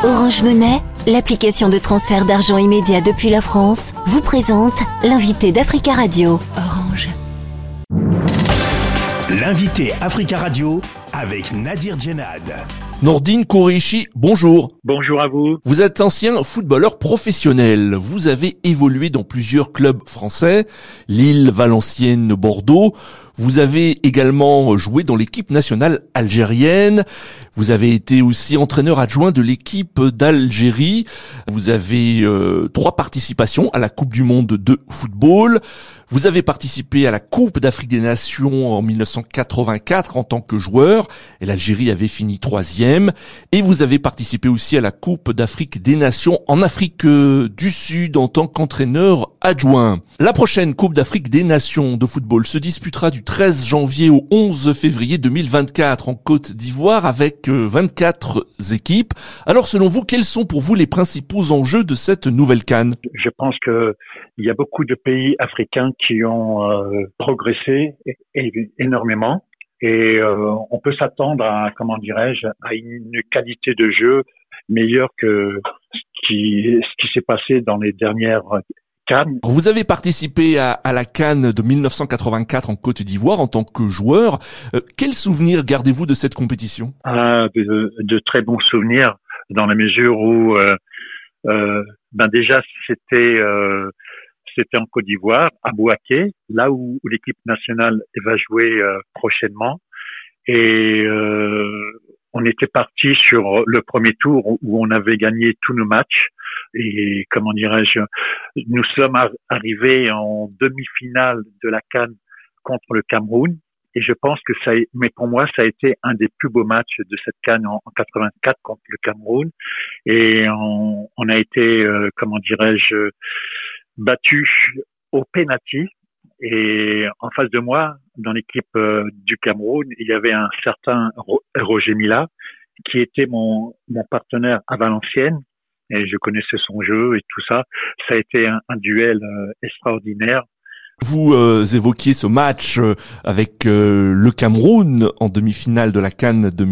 Orange Money, l'application de transfert d'argent immédiat depuis la France, vous présente l'invité d'Africa Radio. Orange. L'invité Africa Radio avec Nadir Djenad. Nordine Koreichi, bonjour. Bonjour à vous. Vous êtes ancien footballeur professionnel. Vous avez évolué dans plusieurs clubs français, Lille, Valenciennes, Bordeaux. Vous avez également joué dans l'équipe nationale algérienne. Vous avez été aussi entraîneur adjoint de l'équipe d'Algérie. Vous avez 3 participations à la Coupe du Monde de football. Vous avez participé à la Coupe d'Afrique des Nations en 1984 en tant que joueur. Et l'Algérie avait fini 3e. Et vous avez participé aussi à la Coupe d'Afrique des Nations en Afrique du Sud en tant qu'entraîneur adjoint. La prochaine Coupe d'Afrique des Nations de football se disputera du 13 janvier au 11 février 2024 en Côte d'Ivoire avec 24 équipes. Alors selon vous, quels sont pour vous les principaux enjeux de cette nouvelle CAN ? Je pense que il y a beaucoup de pays africains qui ont progressé énormément et on peut s'attendre à, à une qualité de jeu meilleure que ce qui s'est passé dans les dernières CAN. Vous avez participé à la CAN de 1984 en Côte d'Ivoire en tant que joueur. Quels souvenirs gardez-vous de cette compétition ? De très bons souvenirs dans la mesure où déjà c'était en Côte d'Ivoire, à Bouaké, là où l'équipe nationale va jouer prochainement. Et on était parti sur le premier tour où on avait gagné tous nos matchs. Et nous sommes arrivés en demi-finale de la CAN contre le Cameroun. Et je pense que mais pour moi, ça a été un des plus beaux matchs de cette CAN en 84 contre le Cameroun. Et on a été, battu au penalty. Et en face de moi, dans l'équipe du Cameroun, il y avait un certain Roger Mila, qui était mon partenaire à Valenciennes. Et je connaissais son jeu et tout ça. Ça a été un duel extraordinaire. Vous évoquiez ce match avec le Cameroun en demi-finale de la CAN de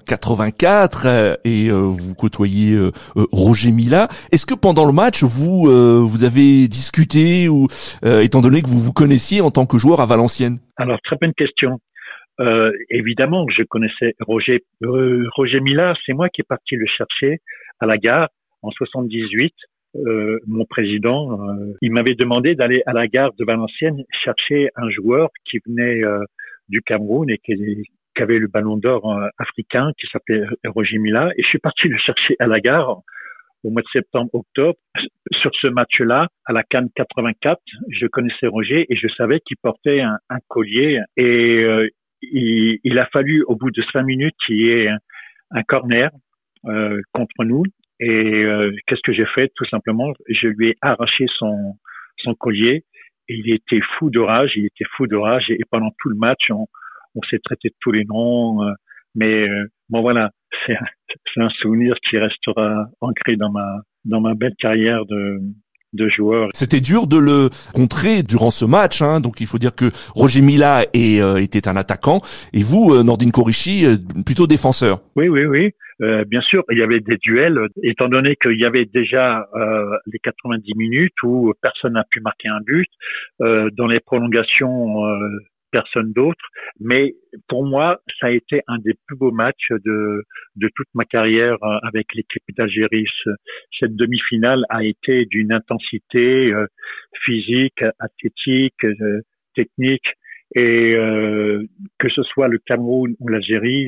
1984 et vous côtoyez Roger Mila. Est-ce que pendant le match, vous avez discuté ou étant donné que vous vous connaissiez en tant que joueur à Valenciennes ? Alors, très bonne question. Évidemment, je connaissais Roger Mila. C'est moi qui est parti le chercher à la gare en 78. Mon président, il m'avait demandé d'aller à la gare de Valenciennes chercher un joueur qui venait du Cameroun et qui avait le ballon d'or africain, qui s'appelait Roger Mila. Et je suis parti le chercher à la gare au mois de septembre-octobre. Sur ce match-là, à la CAN 84, je connaissais Roger et je savais qu'il portait un collier. Et il a fallu, au bout de 5 minutes, qu'il y ait un corner contre nous. Et qu'est-ce que j'ai fait? Tout simplement, je lui ai arraché son collier. Et il était fou de rage. Et pendant tout le match, on s'est traité de tous les noms. Bon voilà, c'est un souvenir qui restera ancré dans ma belle carrière de joueur. C'était dur de le contrer durant ce match, hein. Donc il faut dire que Roger Mila était un attaquant et vous, Nordine Koreichi, plutôt défenseur. Oui. Bien sûr, il y avait des duels, étant donné qu'il y avait déjà les 90 minutes où personne n'a pu marquer un but. Dans les prolongations, personne d'autre. Mais pour moi, ça a été un des plus beaux matchs de toute ma carrière avec l'équipe d'Algérie. Cette demi-finale a été d'une intensité physique, athlétique, technique. Et que ce soit le Cameroun ou l'Algérie,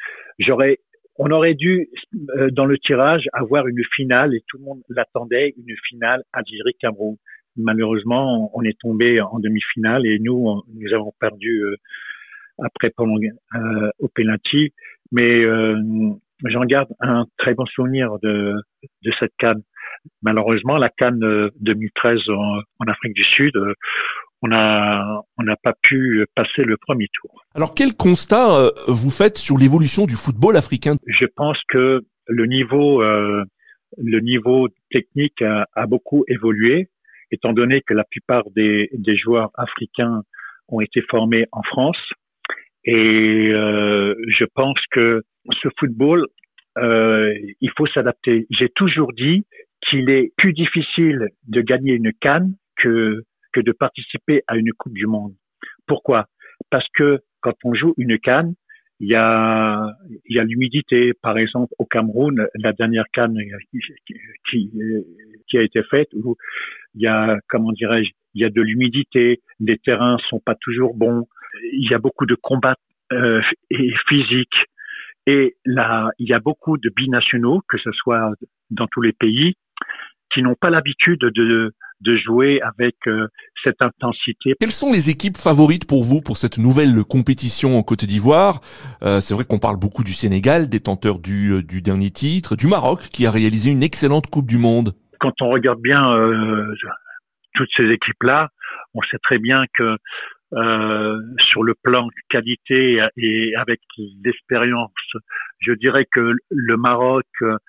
on aurait dû, dans le tirage, avoir une finale, et tout le monde l'attendait, une finale Algérie-Cameroun. Malheureusement, on est tombé en demi-finale et nous avons perdu après au penalty. Mais j'en garde un très bon souvenir de cette CAN. Malheureusement, la CAN 2013 en Afrique du Sud, on n'a pas pu passer le premier tour. Alors, quel constat vous faites sur l'évolution du football africain ? Je pense que le niveau technique a beaucoup évolué, étant donné que la plupart des joueurs africains ont été formés en France. Et je pense que ce football, il faut s'adapter. J'ai toujours dit qu'il est plus difficile de gagner une CAN que de participer à une Coupe du Monde. Pourquoi? Parce que quand on joue une CAN, il y a l'humidité. Par exemple, au Cameroun, la dernière CAN qui a été faite, où il y a, il y a de l'humidité, les terrains sont pas toujours bons, il y a beaucoup de combats physiques. Et là, il y a beaucoup de binationaux, que ce soit dans tous les pays, qui n'ont pas l'habitude de jouer avec cette intensité. Quelles sont les équipes favorites pour vous pour cette nouvelle compétition en Côte d'Ivoire? C'est vrai qu'on parle beaucoup du Sénégal, détenteur du dernier titre, du Maroc qui a réalisé une excellente Coupe du Monde. Quand on regarde bien toutes ces équipes-là, on sait très bien que sur le plan qualité et avec l'expérience, je dirais que le Maroc,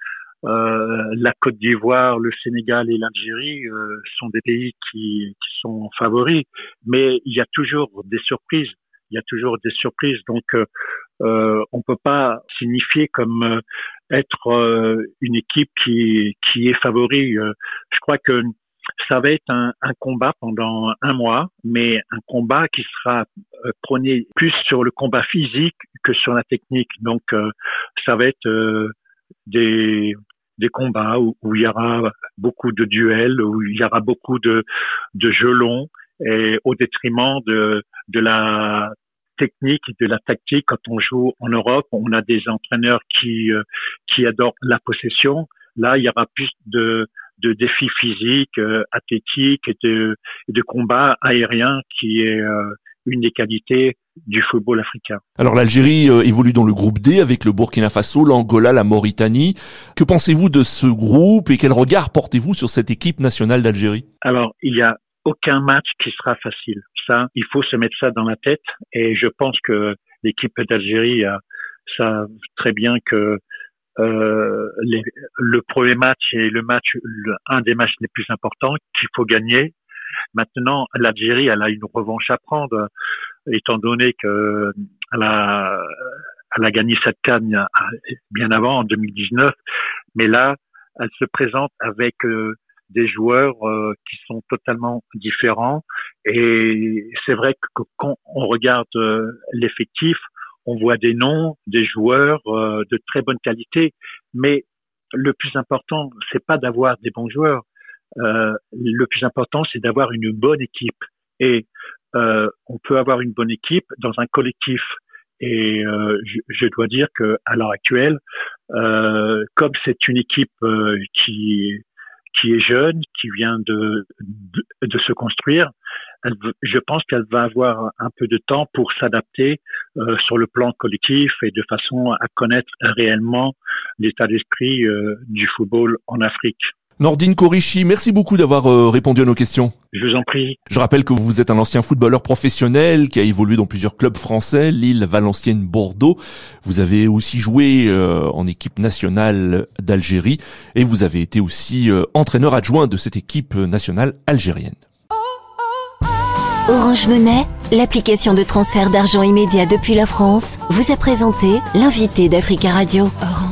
la Côte d'Ivoire, le Sénégal et l'Algérie sont des pays qui sont favoris, mais il y a toujours des surprises. Donc on peut pas signifier comme être une équipe qui est favori. Je crois que ça va être un combat pendant un mois, mais un combat qui sera prôné plus sur le combat physique que sur la technique. Donc ça va être des combats où il y aura beaucoup de duels, où il y aura beaucoup de jeux longs, et au détriment de la technique et de la tactique. Quand on joue en Europe, on a des entraîneurs qui adorent la possession. Là, il y aura plus de défis physiques, athlétiques et de combats aériens qui est une des qualités du football africain. Alors l'Algérie évolue dans le groupe D avec le Burkina Faso, l'Angola, la Mauritanie. Que pensez-vous de ce groupe et quel regard portez-vous sur cette équipe nationale d'Algérie? Alors, il y a aucun match qui sera facile. Ça, il faut se mettre ça dans la tête, et je pense que l'équipe d'Algérie savent très bien que le premier match est un des matchs les plus importants qu'il faut gagner. Maintenant, l'Algérie, elle a une revanche à prendre, étant donné que elle a gagné cette CAN bien avant, en 2019. Mais là, elle se présente avec des joueurs qui sont totalement différents. Et c'est vrai que quand on regarde l'effectif, on voit des noms, des joueurs de très bonne qualité. Mais le plus important, c'est pas d'avoir des bons joueurs. Le plus important, c'est d'avoir une bonne équipe. Et on peut avoir une bonne équipe dans un collectif. Et je dois dire que à l'heure actuelle, comme c'est une équipe qui est jeune, qui vient de se construire, je pense qu'elle va avoir un peu de temps pour s'adapter sur le plan collectif et de façon à connaître réellement l'état d'esprit du football en Afrique. Nordine Kourichi, merci beaucoup d'avoir répondu à nos questions. Je vous en prie. Je rappelle que vous êtes un ancien footballeur professionnel qui a évolué dans plusieurs clubs français, Lille, Valenciennes, Bordeaux. Vous avez aussi joué en équipe nationale d'Algérie et vous avez été aussi entraîneur adjoint de cette équipe nationale algérienne. Orange Money, l'application de transfert d'argent immédiat depuis la France, vous a présenté l'invité d'Africa Radio. Orange.